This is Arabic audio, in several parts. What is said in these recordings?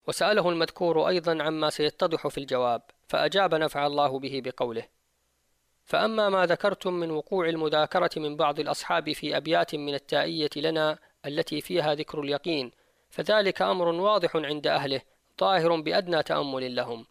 وسأله المذكور أيضا عما سيتضح في الجواب، فأجاب نفع الله به بقوله: فأما ما ذكرتم من وقوع المذاكرة من بعض الأصحاب في أبيات من التائية لنا التي فيها ذكر اليقين، فذلك أمر واضح عند أهله ظاهر بأدنى تأمل لهم.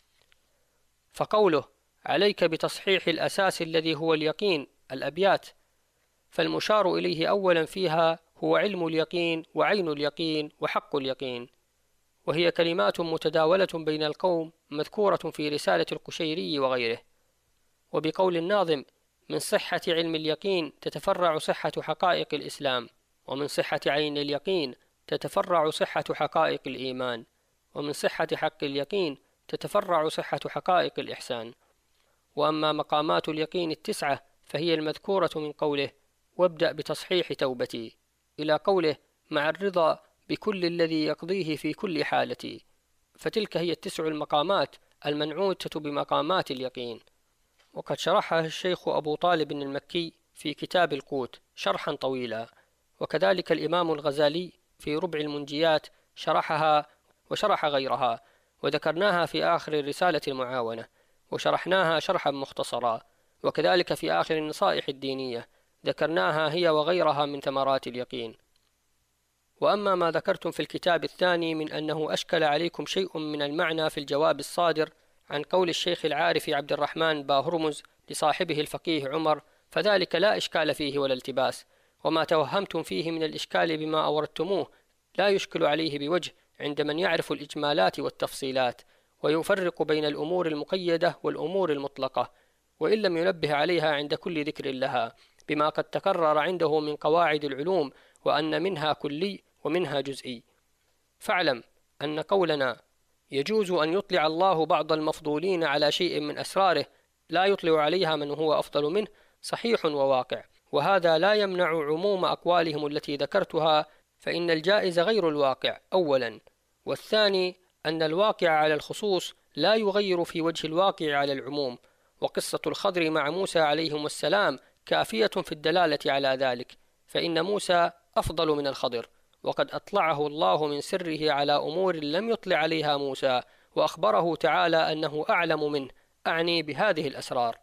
فقوله: عليك بتصحيح الأساس الذي هو اليقين الأبيات، فالمشار إليه أولا فيها هو علم اليقين وعين اليقين وحق اليقين، وهي كلمات متداولة بين القوم مذكورة في رسالة القشيري وغيره. وبقول الناظم: من صحة علم اليقين تتفرع صحة حقائق الإسلام، ومن صحة عين اليقين تتفرع صحة حقائق الإيمان، ومن صحة حق اليقين تتفرع صحة حقائق الإحسان. وأما مقامات اليقين التسعة فهي المذكورة من قوله: وابدأ بتصحيح توبتي، إلى قوله: مع الرضا بكل الذي يقضيه في كل حالتي، فتلك هي التسع المقامات المنعوتة بمقامات اليقين. وقد شرحها الشيخ أبو طالب المكي في كتاب القوت شرحا طويلا، وكذلك الإمام الغزالي في ربع المنجيات شرحها وشرح غيرها، وذكرناها في آخر الرسالة المعاونة، وشرحناها شرحا مختصرا، وكذلك في آخر النصائح الدينية ذكرناها هي وغيرها من ثمرات اليقين. وأما ما ذكرتم في الكتاب الثاني من أنه أشكل عليكم شيء من المعنى في الجواب الصادر عن قول الشيخ العارف عبد الرحمن باهرمز لصاحبه الفقيه عمر، فذلك لا إشكال فيه ولا التباس، وما توهمتم فيه من الإشكال بما أوردتموه لا يشكل عليه بوجه عند من يعرف الإجمالات والتفصيلات، ويفرق بين الأمور المقيدة والأمور المطلقة، وإن لم ينبه عليها عند كل ذكر لها، بما قد تكرر عنده من قواعد العلوم، وأن منها كلي ومنها جزئي. فاعلم أن قولنا يجوز أن يطلع الله بعض المفضولين على شيء من أسراره لا يطلع عليها من هو أفضل منه صحيح وواقع، وهذا لا يمنع عموم أقوالهم التي ذكرتها، فإن الجائز غير الواقع أولا، والثاني أن الواقع على الخصوص لا يغير في وجه الواقع على العموم، وقصة الخضر مع موسى عليهم السلام كافية في الدلالة على ذلك، فإن موسى أفضل من الخضر، وقد أطلعه الله من سره على أمور لم يطلع عليها موسى، وأخبره تعالى أنه أعلم منه، أعني بهذه الأسرار.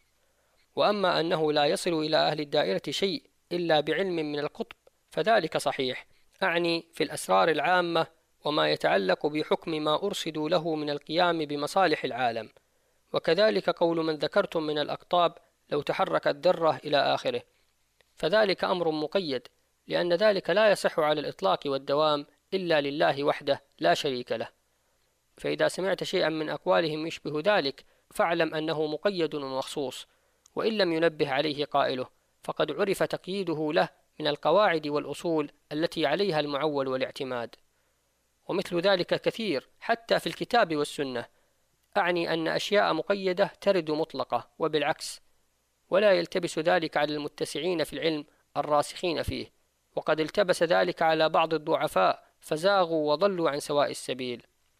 وأما أنه لا يصل إلى أهل الدائرة شيء إلا بعلم من القطب فذلك صحيح، أعني في الأسرار العامة وما يتعلق بحكم ما أرصدوا له من القيام بمصالح العالم. وكذلك قول من ذكرتم من الأقطاب لو تحركت ذرة إلى آخره، فذلك أمر مقيد، لأن ذلك لا يصح على الإطلاق والدوام إلا لله وحده لا شريك له. فإذا سمعت شيئا من أقوالهم يشبه ذلك فاعلم أنه مقيد ومخصوص، وإن لم ينبه عليه قائله فقد عرف تقييده له من القواعد والأصول التي عليها المعول والاعتماد. ومثل ذلك كثير حتى في الكتاب والسنة، أعني أن أشياء مقيدة ترد مطلقة وبالعكس، ولا يلتبس ذلك على المتسعين في العلم الراسخين فيه، وقد التبس ذلك على بعض الضعفاء فزاغوا وضلوا عن سواء السبيل.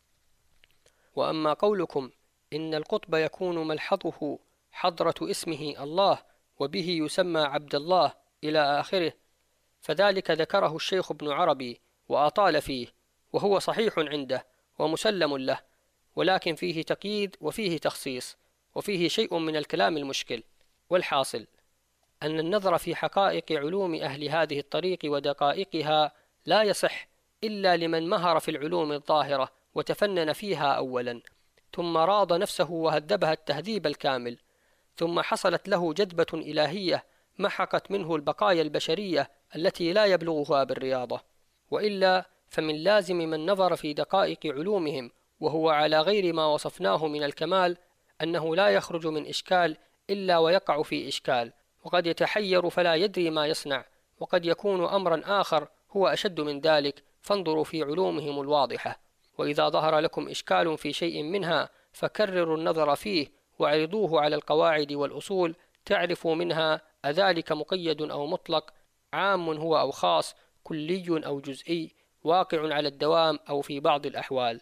وأما قولكم إن القطب يكون ملحظه حضرة اسمه الله وبه يسمى عبد الله إلى آخره، فذلك ذكره الشيخ ابن عربي وأطال فيه، وهو صحيح عنده ومسلم له، ولكن فيه تقييد وفيه تخصيص وفيه شيء من الكلام المشكل. والحاصل أن النظر في حقائق علوم أهل هذه الطريق ودقائقها لا يصح إلا لمن مهر في العلوم الظاهرة وتفنن فيها أولا، ثم راض نفسه وهذبها التهذيب الكامل، ثم حصلت له جذبة إلهية محقت منه البقايا البشرية التي لا يبلغها بالرياضة. وإلا فمن لازم من نظر في دقائق علومهم وهو على غير ما وصفناه من الكمال أنه لا يخرج من إشكال إلا ويقع في إشكال، وقد يتحير فلا يدري ما يصنع، وقد يكون أمرا آخر هو أشد من ذلك، فانظروا في علومهم الواضحة. وإذا ظهر لكم إشكال في شيء منها فكرروا النظر فيه واعرضوه على القواعد والأصول، تعرفوا منها أذلك مقيد أو مطلق، عام هو أو خاص، كلي أو جزئي، واقع على الدوام أو في بعض الأحوال.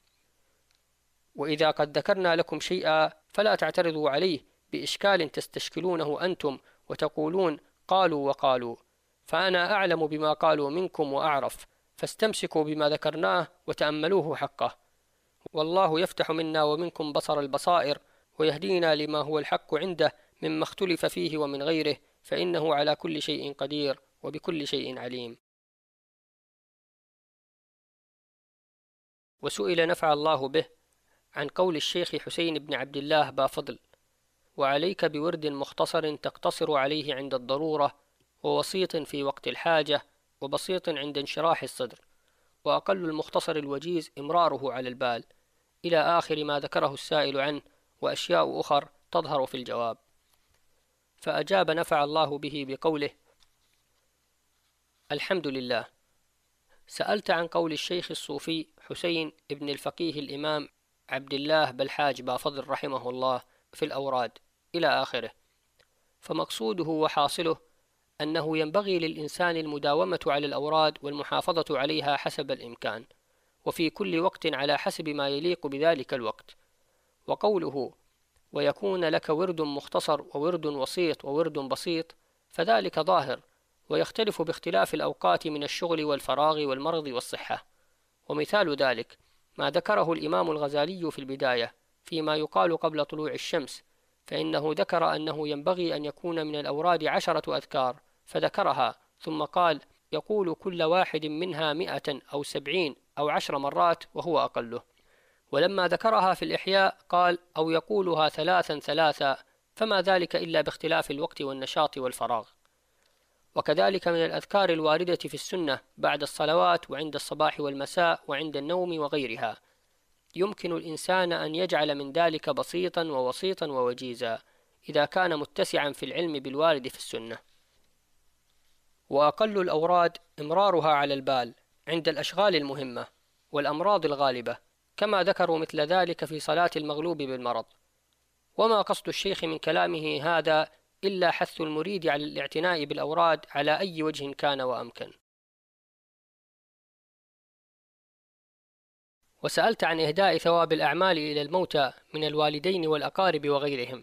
وإذا قد ذكرنا لكم شيئا فلا تعترضوا عليه بإشكال تستشكلونه أنتم وتقولون قالوا وقالوا، فأنا أعلم بما قالوا منكم وأعرف، فاستمسكوا بما ذكرناه وتأملوه حقه، والله يفتح منا ومنكم بصر البصائر ويهدينا لما هو الحق عنده مما اختلف فيه ومن غيره، فإنه على كل شيء قدير وبكل شيء عليم. وسئل نفع الله به عن قول الشيخ حسين بن عبد الله بافضل: وعليك بورد مختصر تقتصر عليه عند الضرورة، ووسيط في وقت الحاجة، وبسيط عند انشراح الصدر، وأقل المختصر الوجيز إمراره على البال، إلى آخر ما ذكره السائل عنه، وأشياء أخر تظهر في الجواب. فأجاب نفع الله به بقوله: الحمد لله. سألت عن قول الشيخ الصوفي حسين ابن الفقيه الإمام عبد الله بالحاج بافضل رحمه الله في الأوراد إلى آخره. فمقصوده وحاصله أنه ينبغي للإنسان المداومة على الأوراد والمحافظة عليها حسب الإمكان، وفي كل وقت على حسب ما يليق بذلك الوقت. وقوله: ويكون لك ورد مختصر وورد وسيط وورد بسيط، فذلك ظاهر، ويختلف باختلاف الأوقات من الشغل والفراغ والمرض والصحة. ومثال ذلك ما ذكره الإمام الغزالي في البداية فيما يقال قبل طلوع الشمس، فإنه ذكر أنه ينبغي أن يكون من الأوراد 10 أذكار، فذكرها ثم قال: يقول كل واحد منها 100 أو 70 أو 10 مرات وهو أقله. ولما ذكرها في الإحياء قال: أو يقولها 3 فما ذلك إلا باختلاف الوقت والنشاط والفراغ. وكذلك من الأذكار الواردة في السنة بعد الصلوات وعند الصباح والمساء وعند النوم وغيرها، يمكن الإنسان أن يجعل من ذلك بسيطا ووسيطا ووجيزا إذا كان متسعا في العلم بالوارد في السنة. وأقل الأوراد إمرارها على البال عند الأشغال المهمة والأمراض الغالبة، كما ذكروا مثل ذلك في صلاة المغلوب بالمرض. وما قصد الشيخ من كلامه هذا إلا حث المريد على الاعتناء بالأوراد على أي وجه كان وأمكن. وسألت عن إهداء ثواب الأعمال إلى الموتى من الوالدين والأقارب وغيرهم.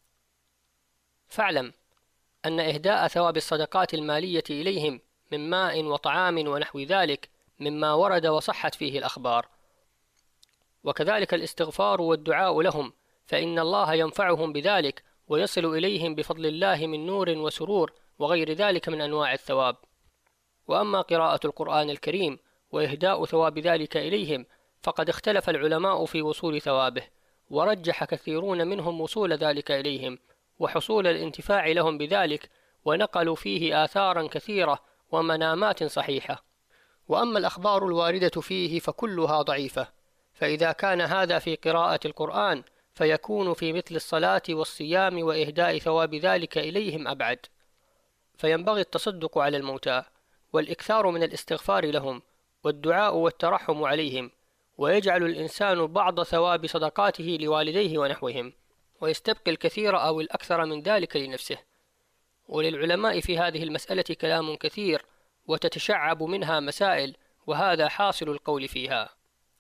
فاعلم أن إهداء ثواب الصدقات المالية إليهم من ماء وطعام ونحو ذلك مما ورد وصحت فيه الأخبار، وكذلك الاستغفار والدعاء لهم، فإن الله ينفعهم بذلك ويصل إليهم بفضل الله من نور وسرور وغير ذلك من أنواع الثواب. وأما قراءة القرآن الكريم وإهداء ثواب ذلك إليهم فقد اختلف العلماء في وصول ثوابه، ورجح كثيرون منهم وصول ذلك إليهم وحصول الانتفاع لهم بذلك، ونقلوا فيه آثارا كثيرة ومنامات صحيحة. وأما الأخبار الواردة فيه فكلها ضعيفة، فإذا كان هذا في قراءة القرآن فيكون في مثل الصلاة والصيام وإهداء ثواب ذلك إليهم أبعد. فينبغي التصدق على الموتى والإكثار من الاستغفار لهم والدعاء والترحم عليهم، ويجعل الإنسان بعض ثواب صدقاته لوالديه ونحوهم، ويستبقي الكثير أو الأكثر من ذلك لنفسه. وللعلماء في هذه المسألة كلام كثير وتتشعب منها مسائل، وهذا حاصل القول فيها.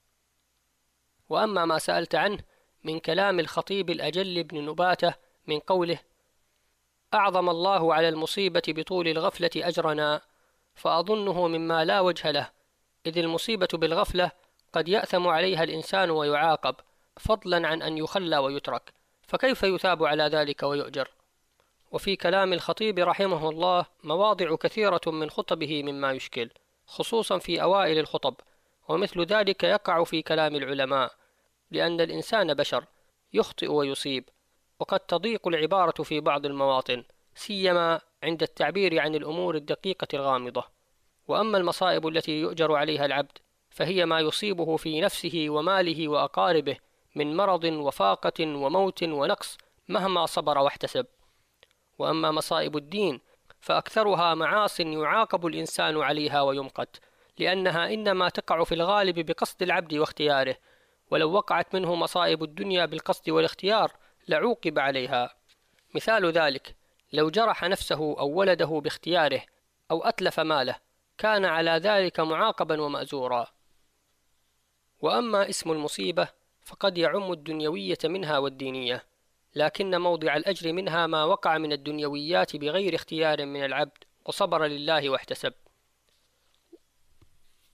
وأما ما سألت عنه من كلام الخطيب الأجل بن نباتة من قوله: أعظم الله على المصيبة بطول الغفلة أجرنا، فأظنه مما لا وجه له، إذ المصيبة بالغفلة قد يأثم عليها الإنسان ويعاقب، فضلا عن أن يخلى ويترك، فكيف يثاب على ذلك ويؤجر؟ وفي كلام الخطيب رحمه الله مواضع كثيرة من خطبه مما يشكل، خصوصا في أوائل الخطب، ومثل ذلك يقع في كلام العلماء، لأن الإنسان بشر يخطئ ويصيب، وقد تضيق العبارة في بعض المواطن، سيما عند التعبير عن الأمور الدقيقة الغامضة. وأما المصائب التي يؤجر عليها العبد فهي ما يصيبه في نفسه وماله وأقاربه من مرض وفاقة وموت ونقص مهما صبر واحتسب. وأما مصائب الدين فأكثرها معاص يعاقب الإنسان عليها ويمقت، لأنها إنما تقع في الغالب بقصد العبد واختياره، ولو وقعت منه مصائب الدنيا بالقصد والاختيار لعوقب عليها. مثال ذلك لو جرح نفسه أو ولده باختياره أو أتلف ماله كان على ذلك معاقبا ومأزورا. وأما اسم المصيبة فقد يعم الدنيوية منها والدينية، لكن موضع الأجر منها ما وقع من الدنيويات بغير اختيار من العبد وصبر لله واحتسب.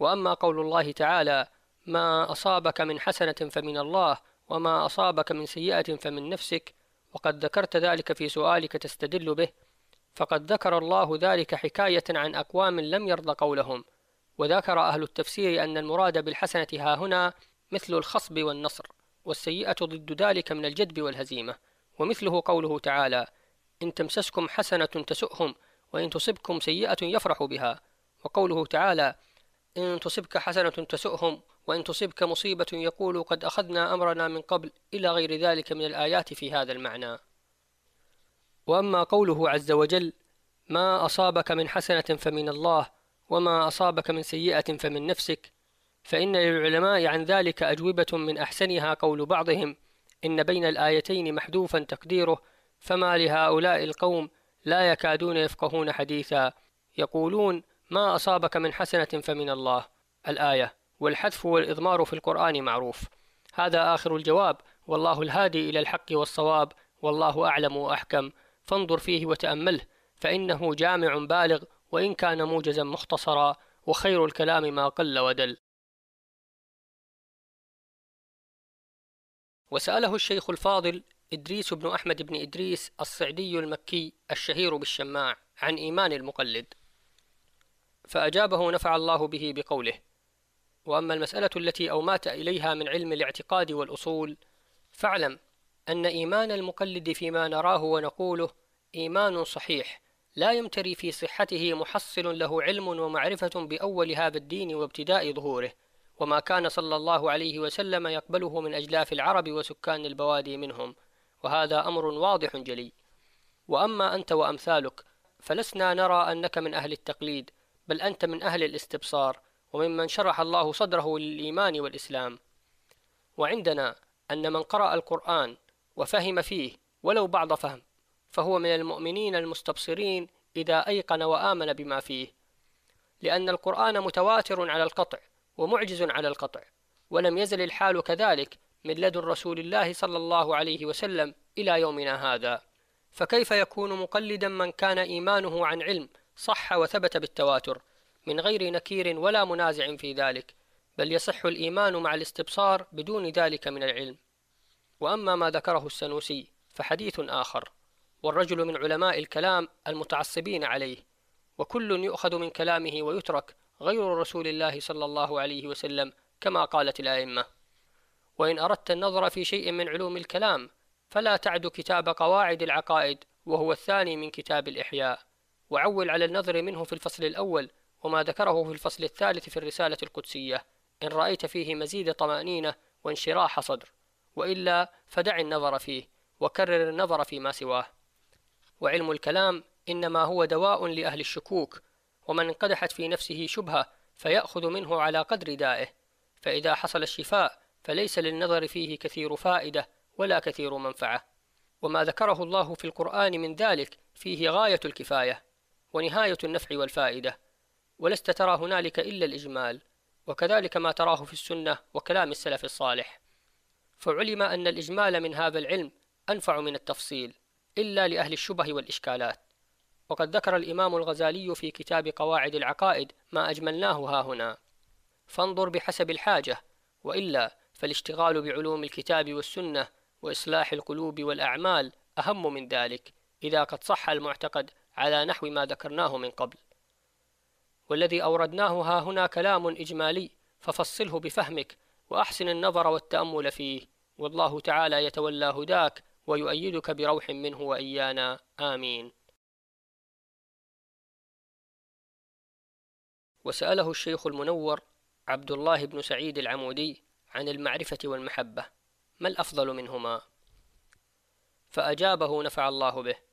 وأما قول الله تعالى: ما أصابك من حسنة فمن الله وما أصابك من سيئة فمن نفسك، وقد ذكرت ذلك في سؤالك تستدل به، فقد ذكر الله ذلك حكاية عن أقوام لم يرض قولهم. وذكر أهل التفسير أن المراد بالحسنة ها هنا مثل الخصب والنصر، والسيئة ضد ذلك من الجدب والهزيمة. ومثله قوله تعالى: إن تمسسكم حسنة تسؤهم وإن تصبكم سيئة يفرحوا بها. وقوله تعالى: إن تصبك حسنة تسؤهم وإن تصبك مصيبة يقولوا قد أخذنا أمرنا من قبل، إلى غير ذلك من الآيات في هذا المعنى. وأما قوله عز وجل: ما أصابك من حسنة فمن الله وما أصابك من سيئة فمن نفسك، فإن للعلماء عن ذلك أجوبة، من أحسنها قول بعضهم: إن بين الآيتين محذوفا تقديره: فما لهؤلاء القوم لا يكادون يفقهون حديثا يقولون ما أصابك من حسنة فمن الله الآية. والحذف والإضمار في القرآن معروف. هذا آخر الجواب، والله الهادي إلى الحق والصواب، والله أعلم وأحكم. فانظر فيه وتأمله، فإنه جامع بالغ، وإن كان موجزا مختصرا، وخير الكلام ما قل ودل. وسأله الشيخ الفاضل إدريس بن أحمد بن إدريس الصعدي المكي الشهير بالشماع عن إيمان المقلد، فأجابه نفع الله به بقوله: وأما المسألة التي أومات إليها من علم الاعتقاد والأصول، فاعلم أن إيمان المقلد فيما نراه ونقوله إيمان صحيح، لا يمتري في صحته محصل له علم ومعرفة بأول هذا الدين وابتداء ظهوره، وما كان صلى الله عليه وسلم يقبله من أجلاف العرب وسكان البوادي منهم، وهذا أمر واضح جلي. وأما أنت وأمثالك فلسنا نرى أنك من أهل التقليد، بل أنت من أهل الاستبصار، وممن شرح الله صدره للإيمان والإسلام. وعندنا أن من قرأ القرآن وفهم فيه ولو بعض فهم، فهو من المؤمنين المستبصرين إذا أيقن وآمن بما فيه، لأن القرآن متواتر على القطع ومعجز على القطع، ولم يزل الحال كذلك من لدن رسول الله صلى الله عليه وسلم إلى يومنا هذا. فكيف يكون مقلدا من كان إيمانه عن علم صح وثبت بالتواتر من غير نكير ولا منازع في ذلك، بل يصح الإيمان مع الاستبصار بدون ذلك من العلم. وأما ما ذكره السنوسي فحديث آخر، والرجل من علماء الكلام المتعصبين عليه، وكل يؤخذ من كلامه ويترك غير رسول الله صلى الله عليه وسلم كما قالت الآئمة. وإن أردت النظر في شيء من علوم الكلام فلا تعد كتاب قواعد العقائد، وهو الثاني من كتاب الإحياء، وعول على النظر منه في الفصل الأول وما ذكره في الفصل الثالث في الرسالة القدسية، إن رأيت فيه مزيد طمأنينة وانشراح صدر، وإلا فدع النظر فيه وكرر النظر فيما سواه. وعلم الكلام إنما هو دواء لأهل الشكوك، ومن انقدحت في نفسه شبهة فيأخذ منه على قدر دائه، فإذا حصل الشفاء فليس للنظر فيه كثير فائدة ولا كثير منفعة. وما ذكره الله في القرآن من ذلك فيه غاية الكفاية ونهاية النفع والفائدة، ولست ترى هنالك إلا الإجمال، وكذلك ما تراه في السنة وكلام السلف الصالح. فعلم أن الإجمال من هذا العلم أنفع من التفصيل إلا لأهل الشبه والإشكالات. وقد ذكر الإمام الغزالي في كتاب قواعد العقائد ما أجملناه ها هنا، فانظر بحسب الحاجة، وإلا فالاشتغال بعلوم الكتاب والسنة وإصلاح القلوب والأعمال أهم من ذلك، إذا قد صح المعتقد على نحو ما ذكرناه من قبل. والذي أوردناه ها هنا كلام إجمالي، ففصله بفهمك وأحسن النظر والتأمل فيه، والله تعالى يتولى هداك ويؤيدك بروح منه وإيانا، آمين. وسأله الشيخ المنور عبد الله بن سعيد العمودي عن المعرفة والمحبة: ما الأفضل منهما؟ فأجابه نفع الله به: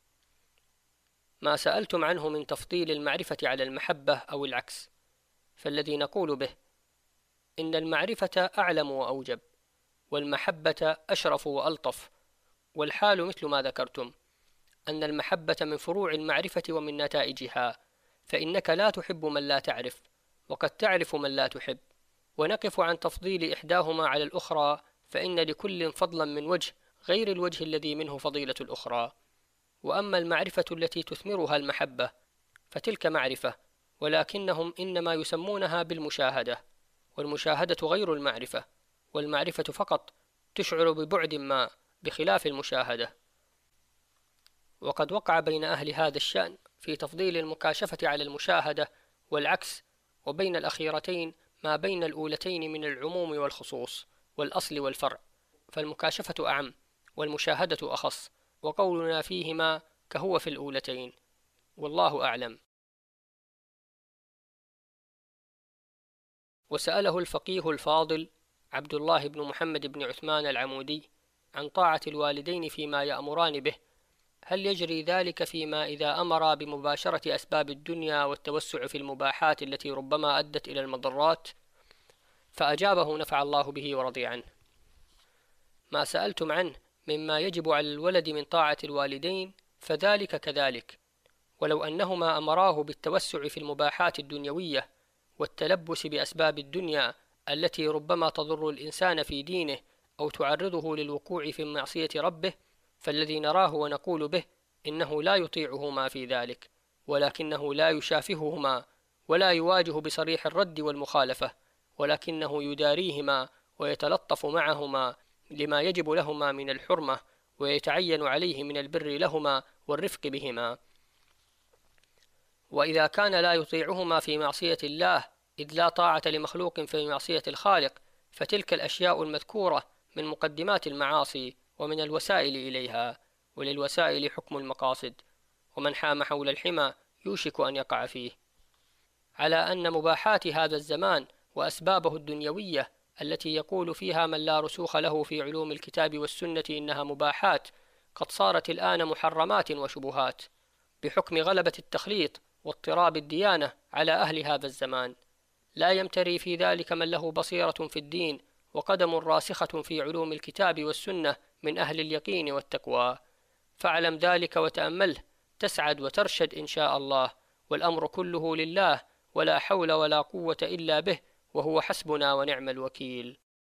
ما سألتم عنه من تفضيل المعرفة على المحبة أو العكس، فالذي نقول به إن المعرفة أعلم وأوجب، والمحبة أشرف وألطف، والحال مثل ما ذكرتم، أن المحبة من فروع المعرفة ومن نتائجها، فإنك لا تحب من لا تعرف، وقد تعرف من لا تحب. ونقف عن تفضيل إحداهما على الأخرى، فإن لكل فضلا من وجه غير الوجه الذي منه فضيلة الأخرى. وأما المعرفة التي تثمرها المحبة فتلك معرفة، ولكنهم إنما يسمونها بالمشاهدة، والمشاهدة غير المعرفة، والمعرفة فقط تشعر ببعد ما بخلاف المشاهدة. وقد وقع بين أهل هذا الشأن في تفضيل المكاشفة على المشاهدة والعكس، وبين الأخيرتين ما بين الأولتين من العموم والخصوص والأصل والفرع، فالمكاشفة أعم والمشاهدة أخص، وقولنا فيهما كهو في الأولتين، والله أعلم. وسأله الفقيه الفاضل عبد الله بن محمد بن عثمان العمودي عن طاعة الوالدين فيما يأمران به، هل يجري ذلك فيما إذا أمر بمباشرة أسباب الدنيا والتوسع في المباحات التي ربما أدت إلى المضرات؟ فأجابه نفع الله به ورضي عنه: ما سألتم عنه مما يجب على الولد من طاعة الوالدين فذلك كذلك، ولو أنهما أمراه بالتوسع في المباحات الدنيوية والتلبس بأسباب الدنيا التي ربما تضر الإنسان في دينه أو تعرضه للوقوع في معصية ربه، فالذي نراه ونقول به إنه لا يطيعهما في ذلك، ولكنه لا يشافههما ولا يواجه بصريح الرد والمخالفة، ولكنه يداريهما ويتلطف معهما لما يجب لهما من الحرمة ويتعين عليه من البر لهما والرفق بهما. وإذا كان لا يطيعهما في معصية الله، إذ لا طاعة لمخلوق في معصية الخالق، فتلك الأشياء المذكورة من مقدمات المعاصي ومن الوسائل إليها، وللوسائل حكم المقاصد، ومن حام حول الحمى يوشك أن يقع فيه. على أن مباحات هذا الزمان وأسبابه الدنيوية التي يقول فيها من لا رسوخ له في علوم الكتاب والسنة إنها مباحات، قد صارت الآن محرمات وشبهات بحكم غلبة التخليط واضطراب الديانة على أهل هذا الزمان، لا يمتري في ذلك من له بصيرة في الدين وقدم راسخة في علوم الكتاب والسنة من أهل اليقين والتقوى. فاعلم ذلك وتأمله تسعد وترشد إن شاء الله، والأمر كله لله، ولا حول ولا قوة إلا به، وهو حسبنا ونعم الوكيل.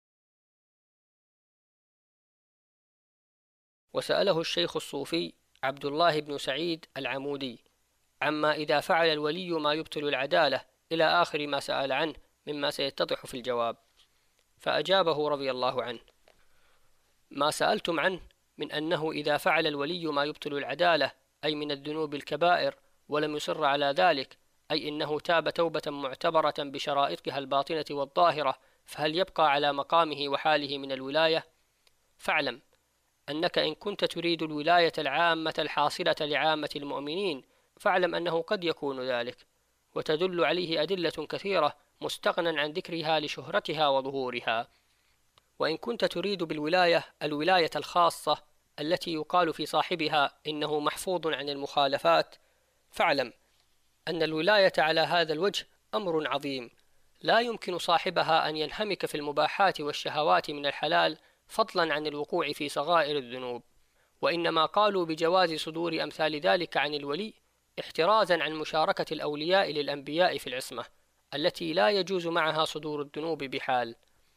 وسأله الشيخ الصوفي عبد الله بن سعيد العمودي عما إذا فعل الولي ما يبطل العدالة إلى آخر ما سأل عنه مما سيتضح في الجواب، فأجابه رضي الله عنه: ما سألتم عنه من أنه إذا فعل الولي ما يبطل العدالة أي من الذنوب الكبائر ولم يصر على ذلك، أي إنه تاب توبة معتبرة بشرائطها الباطنة والظاهرة، فهل يبقى على مقامه وحاله من الولاية؟ فاعلم أنك إن كنت تريد الولاية العامة الحاصلة لعامة المؤمنين، فاعلم أنه قد يكون ذلك، وتدل عليه أدلة كثيرة مستغنى عن ذكرها لشهرتها وظهورها. وإن كنت تريد بالولاية الولاية الخاصة التي يقال في صاحبها إنه محفوظ عن المخالفات، فاعلم أن الولاية على هذا الوجه أمر عظيم، لا يمكن صاحبها أن ينهمك في المباحات والشهوات من الحلال فضلا عن الوقوع في صغائر الذنوب، وإنما قالوا بجواز صدور أمثال ذلك عن الولي احترازا عن مشاركة الأولياء للأنبياء في العصمة التي لا يجوز معها صدور الذنوب بحال.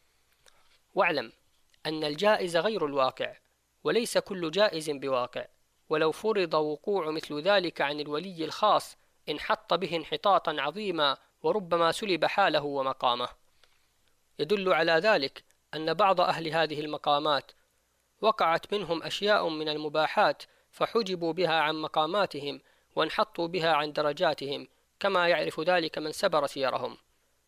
واعلم أن الجائز غير الواقع، وليس كل جائز بواقع، ولو فرض وقوع مثل ذلك عن الولي الخاص انحط به انحطاطا عظيما وربما سلب حاله ومقامه. يدل على ذلك أن بعض أهل هذه المقامات وقعت منهم أشياء من المباحات فحجبوا بها عن مقاماتهم وانحطوا بها عن درجاتهم، كما يعرف ذلك من سبر سيرهم.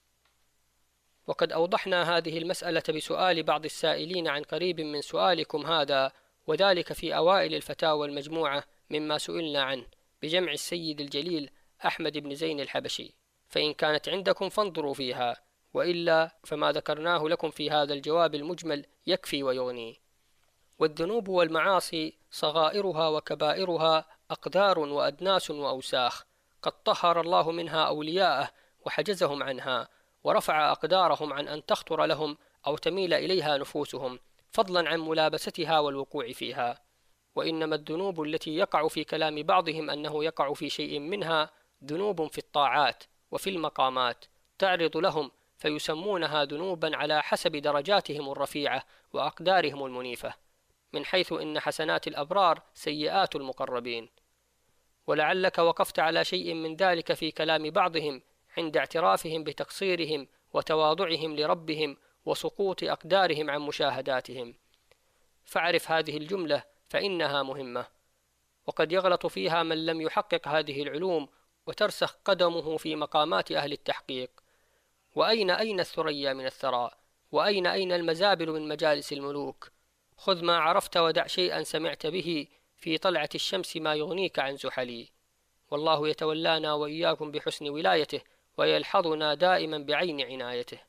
وقد أوضحنا هذه المسألة بسؤال بعض السائلين عن قريب من سؤالكم هذا، وذلك في أوائل الفتاوى المجموعة مما سئلنا عنه بجمع السيد الجليل أحمد بن زين الحبشي، فإن كانت عندكم فانظروا فيها، وإلا فما ذكرناه لكم في هذا الجواب المجمل يكفي ويغني. والذنوب والمعاصي صغائرها وكبائرها أقدار وأدناس وأوساخ، قد طهر الله منها أولياءه وحجزهم عنها، ورفع أقدارهم عن أن تخطر لهم أو تميل إليها نفوسهم، فضلا عن ملابستها والوقوع فيها. وإنما الذنوب التي يقع في كلام بعضهم أنه يقع في شيء منها ذنوب في الطاعات وفي المقامات تعرض لهم، فيسمونها ذنوبا على حسب درجاتهم الرفيعة وأقدارهم المنيفة، من حيث إن حسنات الأبرار سيئات المقربين. ولعلك وقفت على شيء من ذلك في كلام بعضهم عند اعترافهم بتقصيرهم وتواضعهم لربهم وسقوط أقدارهم عن مشاهداتهم. فاعرف هذه الجملة فإنها مهمة، وقد يغلط فيها من لم يحقق هذه العلوم وترسخ قدمه في مقامات أهل التحقيق. وأين الثريا من الثرى؟ وأين المزابل من مجالس الملوك؟ خذ ما عرفت ودع شيئا سمعت به، في طلعة الشمس ما يغنيك عن زحلي. والله يتولانا وإياكم بحسن ولايته، ويلحظنا دائما بعين عنايته.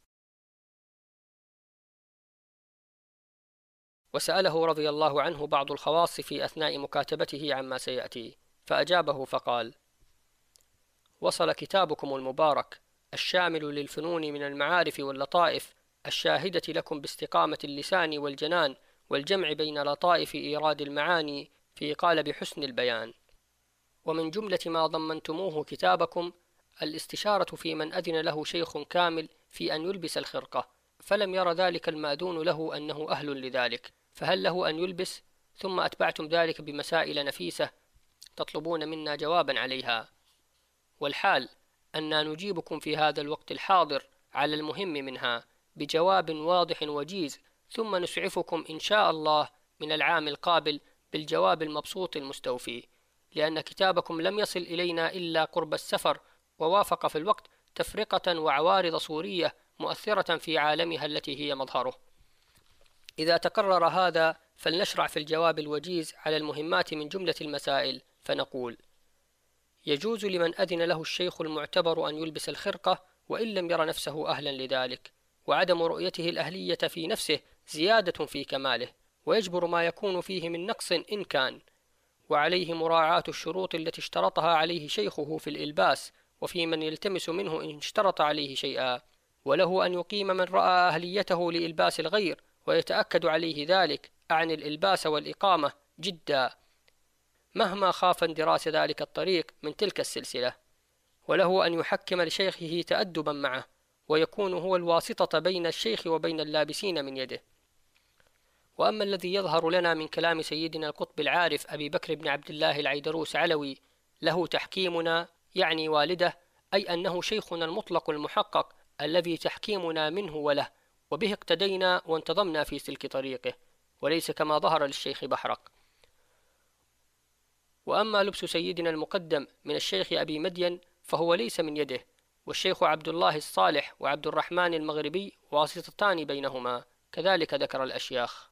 وسأله رضي الله عنه بعض الخواص في أثناء مكاتبته عما سيأتي، فأجابه فقال: وصل كتابكم المبارك الشامل للفنون من المعارف واللطائف، الشاهدة لكم باستقامة اللسان والجنان والجمع بين لطائف إيراد المعاني في قالب حسن البيان. ومن جملة ما ضمنتموه كتابكم الاستشارة في من أذن له شيخ كامل في أن يلبس الخرقة، فلم ير ذلك المأذون له أنه أهل لذلك، فهل له أن يلبس؟ ثم أتبعتم ذلك بمسائل نفيسة تطلبون منا جوابا عليها، والحال أننا نجيبكم في هذا الوقت الحاضر على المهم منها بجواب واضح وجيز، ثم نسعفكم إن شاء الله من العام القابل بالجواب المبسوط المستوفي، لأن كتابكم لم يصل إلينا إلا قرب السفر، ووافق في الوقت تفرقة وعوارض صورية مؤثرة في عالمها التي هي مظهره. إذا تقرر هذا فلنشرع في الجواب الوجيز على المهمات من جملة المسائل، فنقول: يجوز لمن أذن له الشيخ المعتبر أن يلبس الخرقة وإن لم ير نفسه أهلا لذلك، وعدم رؤيته الأهلية في نفسه زيادة في كماله، ويجبر ما يكون فيه من نقص إن كان، وعليه مراعاة الشروط التي اشترطها عليه شيخه في الإلباس، وفي من يلتمس منه إن اشترط عليه شيئا، وله أن يقيم من رأى أهليته لإلباس الغير ويتأكد عليه ذلك، أعني الإلباس والإقامة جدا، مهما خاف اندراس ذلك الطريق من تلك السلسلة، وله أن يحكم لشيخه تأدبا معه، ويكون هو الواسطة بين الشيخ وبين اللابسين من يده. وأما الذي يظهر لنا من كلام سيدنا القطب العارف أبي بكر بن عبد الله العيدروس علوي له تحكيمنا، يعني والده، أي أنه شيخنا المطلق المحقق الذي تحكيمنا منه وله، وبه اقتدينا وانتظمنا في سلك طريقه، وليس كما ظهر للشيخ بحرق. وأما لبس سيدنا المقدم من الشيخ أبي مدين فهو ليس من يده، والشيخ عبد الله الصالح وعبد الرحمن المغربي واسطتان بينهما، كذلك ذكر الأشياخ.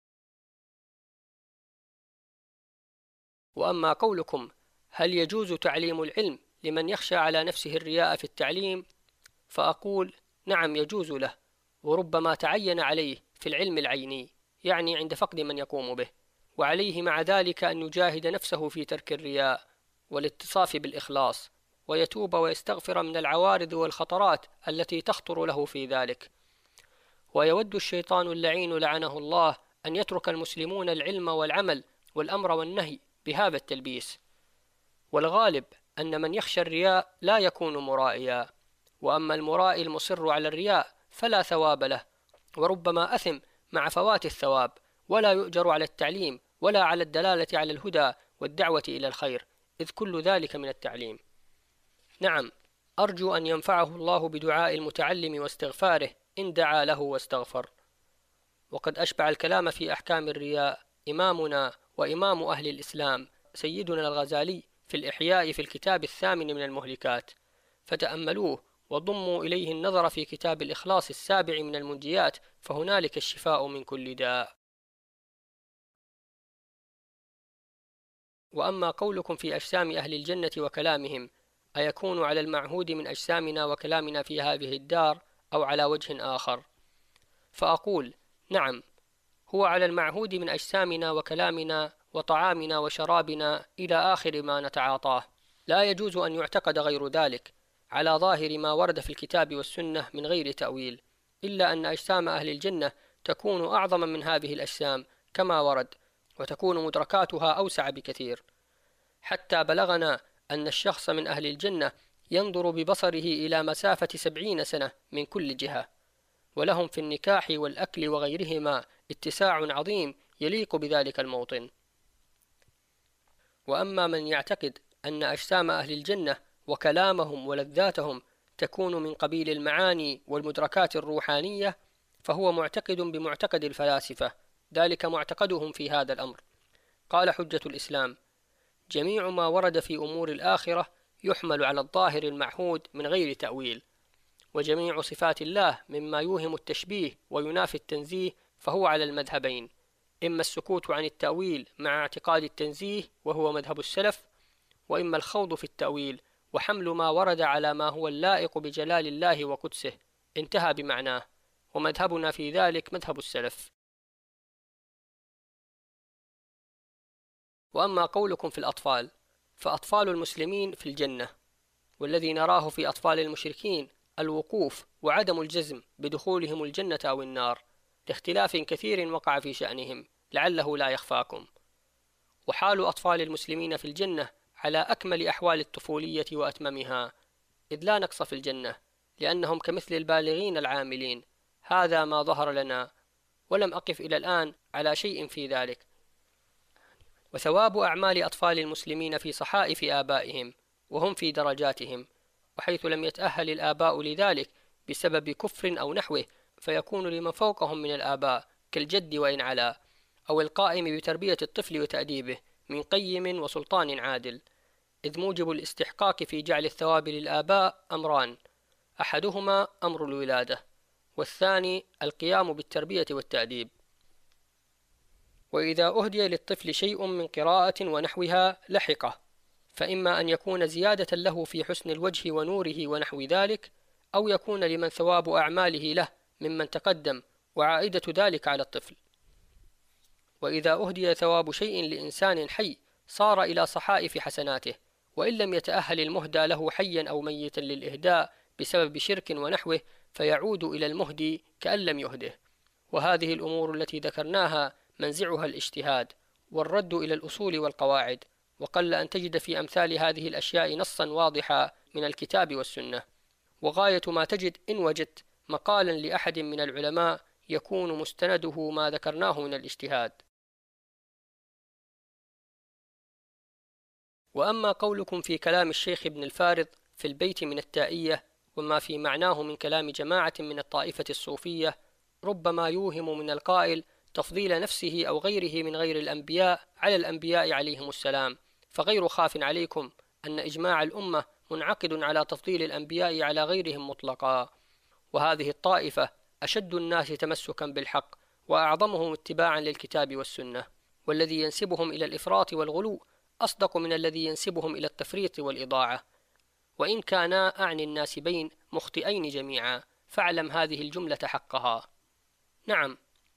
وأما قولكم: هل يجوز تعليم العلم لمن يخشى على نفسه الرياء في التعليم؟ فأقول: نعم يجوز له، وربما تعين عليه في العلم العيني، يعني عند فقد من يقوم به، وعليه مع ذلك أن يجاهد نفسه في ترك الرياء والاتصاف بالإخلاص، ويتوب ويستغفر من العوارض والخطرات التي تخطر له في ذلك. ويود الشيطان اللعين لعنه الله أن يترك المسلمون العلم والعمل والأمر والنهي بهذا التلبيس، والغالب أن من يخشى الرياء لا يكون مرائيا، وأما المرائي المصر على الرياء فلا ثواب له، وربما أثم مع فوات الثواب، ولا يؤجر على التعليم ولا على الدلالة على الهدى والدعوة إلى الخير، إذ كل ذلك من التعليم. نعم، أرجو أن ينفعه الله بدعاء المتعلم واستغفاره إن دعا له واستغفر. وقد أشبع الكلام في أحكام الرياء إمامنا وإمام أهل الإسلام سيدنا الغزالي في الإحياء في الكتاب الثامن من المهلكات، فتأملوه وضموا إليه النظر في كتاب الإخلاص السابع من المنجيات، فهنالك الشفاء من كل داء. وأما قولكم في أجسام أهل الجنة وكلامهم، أيكون على المعهود من أجسامنا وكلامنا في هذه الدار أو على وجه آخر؟ فأقول: نعم، هو على المعهود من أجسامنا وكلامنا وطعامنا وشرابنا إلى آخر ما نتعاطاه، لا يجوز أن يعتقد غير ذلك على ظاهر ما ورد في الكتاب والسنة من غير تأويل، إلا أن أجسام أهل الجنة تكون أعظم من هذه الأجسام كما ورد، وتكون مدركاتها أوسع بكثير، حتى بلغنا أن الشخص من أهل الجنة ينظر ببصره إلى مسافة 70 سنة من كل جهة، ولهم في النكاح والأكل وغيرهما اتساع عظيم يليق بذلك الموطن. وأما من يعتقد أن أجسام أهل الجنة وكلامهم ولذاتهم تكون من قبيل المعاني والمدركات الروحانية، فهو معتقد بمعتقد الفلاسفة، ذلك معتقدهم في هذا الأمر. قال حجة الإسلام: جميع ما ورد في أمور الآخرة يحمل على الظاهر المعهود من غير تأويل، وجميع صفات الله مما يوهم التشبيه وينافي التنزيه فهو على المذهبين: إما السكوت عن التأويل مع اعتقاد التنزيه وهو مذهب السلف، وإما الخوض في التأويل وحمل ما ورد على ما هو اللائق بجلال الله وقدسه، انتهى بمعناه، ومذهبنا في ذلك مذهب السلف. وأما قولكم في الأطفال، فأطفال المسلمين في الجنة، والذي نراه في أطفال المشركين الوقوف وعدم الجزم بدخولهم الجنة أو النار، لاختلاف كثير وقع في شأنهم لعله لا يخفاكم. وحال أطفال المسلمين في الجنة على أكمل أحوال الطفولية وأتممها، إذ لا نقص في الجنة، لأنهم كمثل البالغين العاملين. هذا ما ظهر لنا، ولم أقف إلى الآن على شيء في ذلك. وثواب أعمال أطفال المسلمين في صحائف آبائهم وهم في درجاتهم، وحيث لم يتأهل الآباء لذلك بسبب كفر أو نحوه، فيكون لمن فوقهم من الآباء كالجد وإن علا، أو القائم بتربية الطفل وتأديبه من قيم وسلطان عادل. إذ موجب الاستحقاق في جعل الثواب للآباء أمران: أحدهما أمر الولادة، والثاني القيام بالتربية والتأديب. وإذا أهدي للطفل شيء من قراءة ونحوها لحقه، فإما أن يكون زيادة له في حسن الوجه ونوره ونحو ذلك، أو يكون لمن ثواب أعماله له ممن تقدم، وعائدة ذلك على الطفل. وإذا أهدي ثواب شيء لإنسان حي صار إلى صحائف حسناته، وإن لم يتأهل المهدى له حيا أو ميتا للإهداء بسبب شرك ونحوه، فيعود إلى المهدي كأن لم يهده. وهذه الأمور التي ذكرناها منزعها الاجتهاد والرد إلى الأصول والقواعد، وقل أن تجد في أمثال هذه الأشياء نصا واضحا من الكتاب والسنة. وغاية ما تجد إن وجدت مقالا لأحد من العلماء يكون مستنده ما ذكرناه من الاجتهاد. وأما قولكم في كلام الشيخ ابن الفارض في البيت من التائية وما في معناه من كلام جماعة من الطائفة الصوفية، ربما يوهم من القائل تفضيل نفسه أو غيره من غير الأنبياء على الأنبياء عليهم السلام، فغير خاف عليكم أن إجماع الأمة منعقد على تفضيل الأنبياء على غيرهم مطلقا. وهذه الطائفة أشد الناس تمسكا بالحق وأعظمهم اتباعا للكتاب والسنة، والذي ينسبهم إلى الإفراط والغلو أصدق من الذي ينسبهم إلى التفريط والإضاعة. وإن كانا أعني الناسبين مخطئين جميعا، فاعلم هذه الجملة حقها. نعم،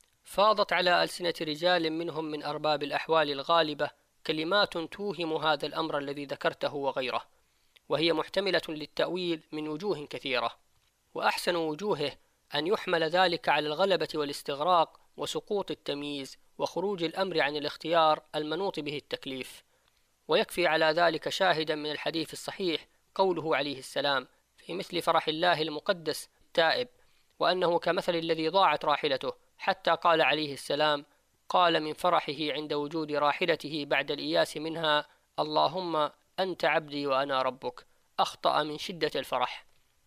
فاضت على ألسنة رجال منهم من أرباب الأحوال الغالبة كلمات توهم هذا الأمر الذي ذكرته وغيره، وهي محتملة للتأويل من وجوه كثيرة، وأحسن وجوهه أن يحمل ذلك على الغلبة والاستغراق وسقوط التمييز وخروج الأمر عن الاختيار المنوط به التكليف. ويكفي على ذلك شاهدا من الحديث الصحيح قوله عليه السلام في مثل فرح الله المقدس التائب، وأنه كمثل الذي ضاعت راحلته، حتى قال عليه السلام: قال من فرحه عند وجود راحلته بعد الإياس منها: اللهم أنت عبدي وأنا ربك، أخطأ من شدة الفرح.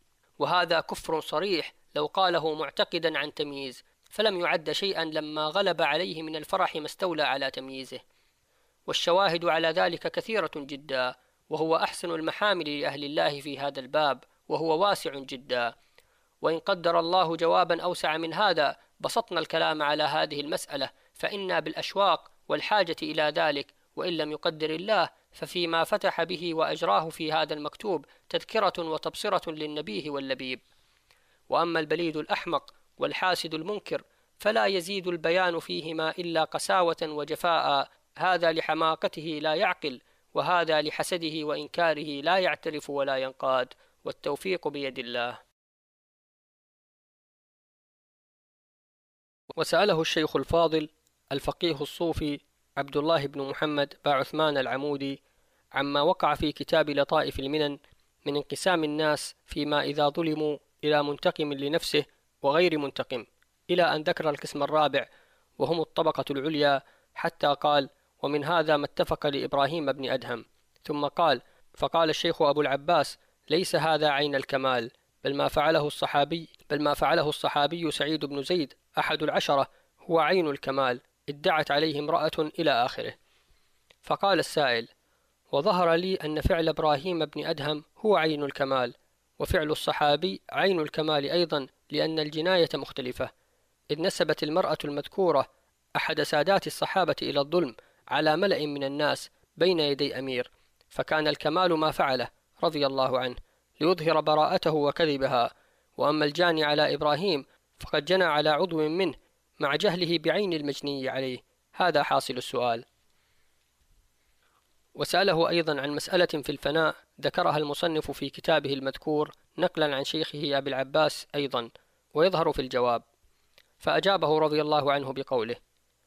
وهذا كفر صريح لو قاله معتقدا عن تمييز، فلم يعد شيئا لما غلب عليه من الفرح ما استولى على تمييزه. والشواهد على ذلك كثيرة جدا، وهو أحسن المحامل لأهل الله في هذا الباب، وهو واسع جدا. وإن قدر الله جوابا أوسع من هذا بسطنا الكلام على هذه المسألة، فإنا بالأشواق والحاجة إلى ذلك، وإن لم يقدر الله ففيما فتح به وأجراه في هذا المكتوب تذكرة وتبصرة للنبيه واللبيب. وأما البليد الأحمق والحاسد المنكر فلا يزيد البيان فيهما إلا قساوة وجفاء، هذا لحماقته لا يعقل، وهذا لحسده وإنكاره لا يعترف ولا ينقاد، والتوفيق بيد الله. وسأله الشيخ الفاضل الفقيه الصوفي عبد الله بن محمد باعثمان العمودي عما وقع في كتاب لطائف المنن من انقسام الناس فيما إذا ظلموا إلى منتقم لنفسه وغير منتقم، إلى أن ذكر القسم الرابع وهم الطبقة العليا، حتى قال: ومن هذا ما اتفق لإبراهيم بن أدهم. ثم قال: فقال الشيخ أبو العباس: ليس هذا عين الكمال، بل ما فعله الصحابي سعيد بن زيد أحد العشرة هو عين الكمال، ادعت عليه امرأة إلى آخره. فقال السائل: وظهر لي أن فعل إبراهيم بن أدهم هو عين الكمال، وفعل الصحابي عين الكمال أيضا، لأن الجناية مختلفة، إذ نسبت المرأة المذكورة أحد سادات الصحابة إلى الظلم على ملأ من الناس بين يدي أمير، فكان الكمال ما فعله رضي الله عنه ليظهر براءته وكذبها. وأما الجاني على إبراهيم فقد جنى على عضو منه مع جهله بعين المجني عليه. هذا حاصل السؤال. وسأله أيضا عن مسألة في الفناء ذكرها المصنف في كتابه المذكور نقلا عن شيخه أبي العباس أيضا، ويظهر في الجواب، فأجابه رضي الله عنه بقوله: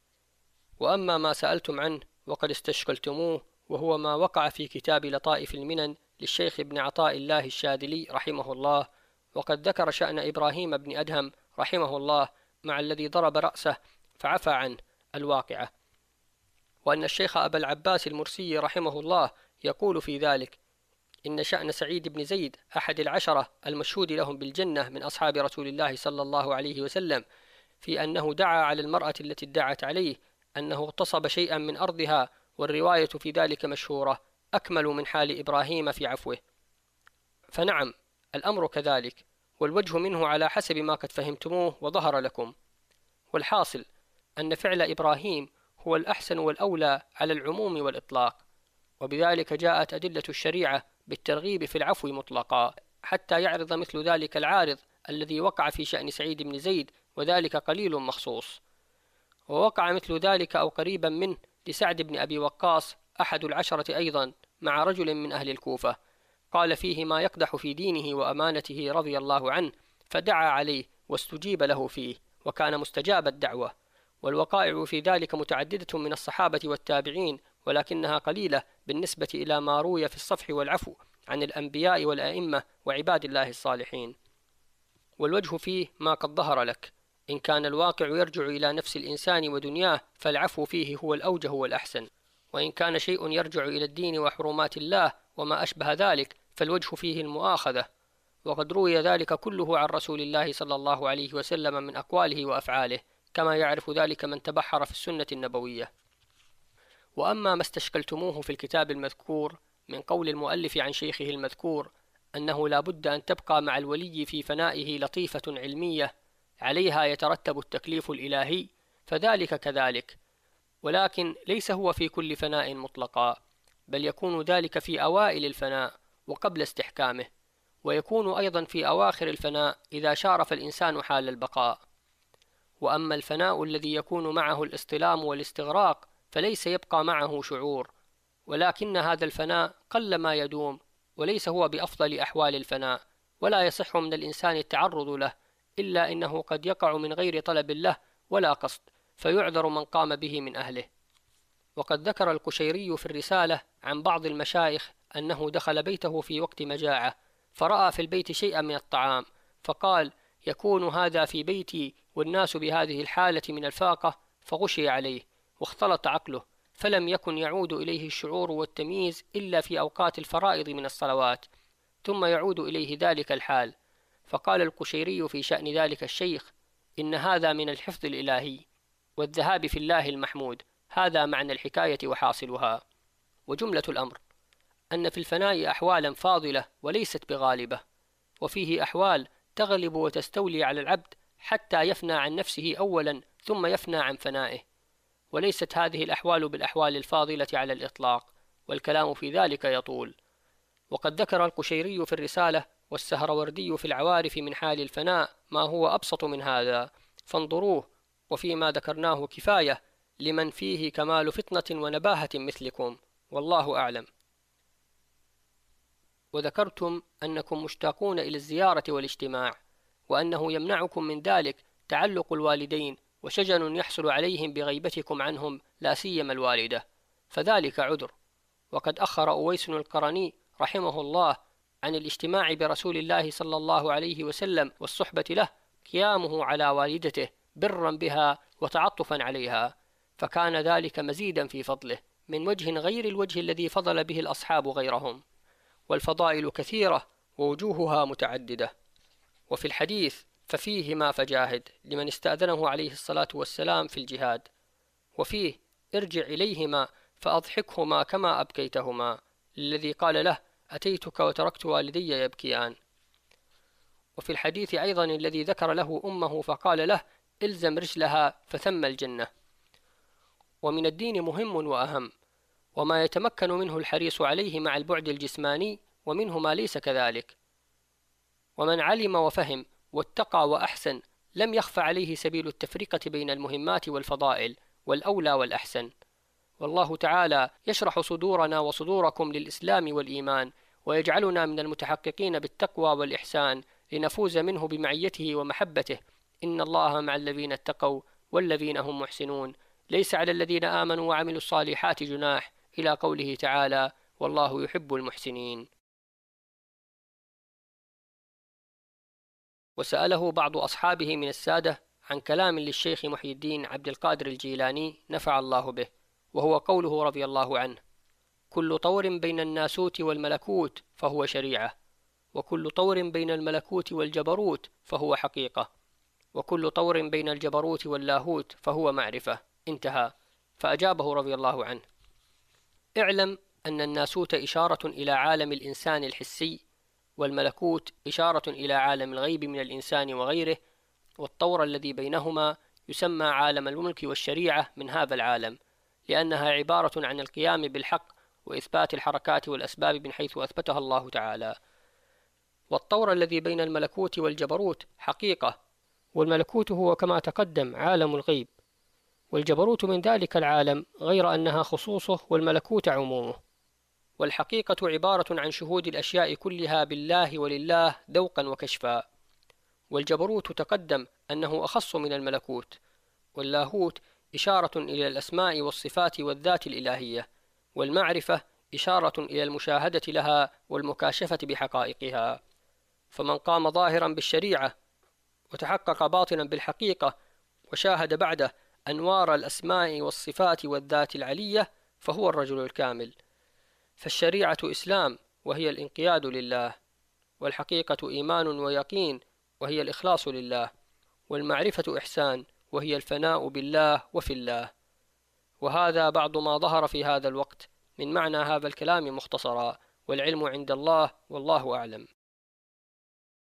وأما ما سألتم عنه وقد استشكلتموه، وهو ما وقع في كتاب لطائف المنن للشيخ ابن عطاء الله الشاذلي رحمه الله، وقد ذكر شأن إبراهيم بن أدهم رحمه الله مع الذي ضرب رأسه فعفى عنه الواقعة، وأن الشيخ أبا العباس المرسي رحمه الله يقول في ذلك: إن شأن سعيد بن زيد أحد العشرة المشهود لهم بالجنة من أصحاب رسول الله صلى الله عليه وسلم في أنه دعا على المرأة التي ادعت عليه أنه اغتصب شيئا من أرضها، والرواية في ذلك مشهورة، أكمل من حال إبراهيم في عفوه. فنعم الأمر كذلك، والوجه منه على حسب ما قد فهمتموه وظهر لكم. والحاصل أن فعل إبراهيم هو الأحسن والأولى على العموم والإطلاق، وبذلك جاءت أدلة الشريعة بالترغيب في العفو مطلقا، حتى يعرض مثل ذلك العارض الذي وقع في شأن سعيد بن زيد، وذلك قليل مخصوص. ووقع مثل ذلك أو قريبا منه لسعد بن أبي وقاص أحد العشرة أيضا مع رجل من أهل الكوفة، قال فيه ما يقدح في دينه وأمانته رضي الله عنه، فدعا عليه واستجيب له فيه، وكان مستجاب الدعوة. والوقائع في ذلك متعددة من الصحابة والتابعين، ولكنها قليلة بالنسبة إلى ما روي في الصفح والعفو عن الأنبياء والأئمة وعباد الله الصالحين. والوجه فيه ما قد ظهر لك، إن كان الواقع يرجع إلى نفس الإنسان ودنياه فالعفو فيه هو الأوجه والأحسن، وإن كان شيء يرجع إلى الدين وحرمات الله وما أشبه ذلك فالوجه فيه المؤاخذة، وقد روي ذلك كله عن رسول الله صلى الله عليه وسلم من أقواله وأفعاله، كما يعرف ذلك من تبحر في السنة النبوية. وأما ما استشكلتموه في الكتاب المذكور من قول المؤلف عن شيخه المذكور أنه لا بد أن تبقى مع الولي في فنائه لطيفة علمية عليها يترتب التكليف الإلهي، فذلك كذلك، ولكن ليس هو في كل فناء مطلقا، بل يكون ذلك في أوائل الفناء وقبل استحكامه، ويكون أيضا في أواخر الفناء إذا شارف الإنسان حال البقاء. وأما الفناء الذي يكون معه الاصطلام والاستغراق فليس يبقى معه شعور، ولكن هذا الفناء قل ما يدوم، وليس هو بأفضل أحوال الفناء، ولا يصح من الإنسان التعرض له، إلا إنه قد يقع من غير طلب له ولا قصد، فيعذر من قام به من أهله. وقد ذكر القشيري في الرسالة عن بعض المشايخ أنه دخل بيته في وقت مجاعة، فرأى في البيت شيئا من الطعام، فقال: يكون هذا في بيتي والناس بهذه الحالة من الفاقة، فغشي عليه واختلط عقله، فلم يكن يعود إليه الشعور والتمييز إلا في أوقات الفرائض من الصلوات، ثم يعود إليه ذلك الحال. فقال القشيري في شأن ذلك الشيخ: إن هذا من الحفظ الإلهي والذهاب في الله المحمود، هذا معنى الحكاية وحاصلها. وجملة الأمر أن في الفناء أحوالا فاضلة وليست بغالبة، وفيه أحوال تغلب وتستولي على العبد حتى يفنى عن نفسه أولا ثم يفنى عن فنائه، وليست هذه الأحوال بالأحوال الفاضلة على الإطلاق، والكلام في ذلك يطول. وقد ذكر القشيري في الرسالة والسهروردي في العوارف من حال الفناء ما هو أبسط من هذا، فانظروه، وفيما ذكرناه كفاية لمن فيه كمال فطنة ونباهة مثلكم، والله أعلم. وذكرتم أنكم مشتاقون إلى الزيارة والاجتماع، وأنه يمنعكم من ذلك تعلق الوالدين وشجن يحصل عليهم بغيبتكم عنهم، لا سيما الوالدة، فذلك عذر. وقد أخر أويس القرني رحمه الله عن الاجتماع برسول الله صلى الله عليه وسلم والصحبة له قيامه على والدته برا بها وتعطفا عليها، فكان ذلك مزيدا في فضله من وجه غير الوجه الذي فضل به الأصحاب غيرهم. والفضائل كثيرة ووجوهها متعددة. وفي الحديث ففيهما فجاهد لمن استأذنه عليه الصلاة والسلام في الجهاد، وفيه ارجع إليهما فأضحكهما كما أبكيتهما الذي قال له أتيتك وتركت والدي يبكيان. وفي الحديث أيضا الذي ذكر له أمه فقال له إلزم رجلها فثم الجنة. ومن الدين مهم وأهم، وما يتمكن منه الحريص عليه مع البعد الجسماني، ومنه ما ليس كذلك. ومن علم وفهم واتقى وأحسن لم يخف عليه سبيل التفرقة بين المهمات والفضائل والأولى والأحسن. والله تعالى يشرح صدورنا وصدوركم للإسلام والإيمان، ويجعلنا من المتحققين بالتقوى والإحسان لنفوز منه بمعيته ومحبته. إن الله مع الذين اتقوا والذين هم محسنون، ليس على الذين آمنوا وعملوا الصالحات جناح، إلى قوله تعالى والله يحب المحسنين. وسأله بعض أصحابه من السادة عن كلام للشيخ محي الدين عبد القادر الجيلاني نفع الله به، وهو قوله رضي الله عنه: كل طور بين الناسوت والملكوت فهو شريعة، وكل طور بين الملكوت والجبروت فهو حقيقة، وكل طور بين الجبروت واللاهوت فهو معرفة. انتهى. فأجابه رضي الله عنه: اعلم أن الناسوت إشارة إلى عالم الإنسان الحسي، والملكوت إشارة إلى عالم الغيب من الإنسان وغيره، والطور الذي بينهما يسمى عالم الملك والشريعة من هذا العالم، لأنها عبارة عن القيام بالحق وإثبات الحركات والأسباب من حيث أثبتها الله تعالى. والطور الذي بين الملكوت والجبروت حقيقة، والملكوت هو كما تقدم عالم الغيب، والجبروت من ذلك العالم، غير أنها خصوصه والملكوت عمومه. والحقيقة عبارة عن شهود الأشياء كلها بالله ولله ذوقا وكشفا. والجبروت تقدم أنه أخص من الملكوت. واللاهوت إشارة إلى الأسماء والصفات والذات الإلهية. والمعرفة إشارة إلى المشاهدة لها والمكاشفة بحقائقها. فمن قام ظاهرا بالشريعة وتحقق باطنا بالحقيقة وشاهد بعده أنوار الأسماء والصفات والذات العلية فهو الرجل الكامل. فالشريعة إسلام وهي الانقياد لله، والحقيقة إيمان ويقين وهي الإخلاص لله، والمعرفة إحسان وهي الفناء بالله وفي الله. وهذا بعض ما ظهر في هذا الوقت من معنى هذا الكلام مختصرا، والعلم عند الله والله أعلم.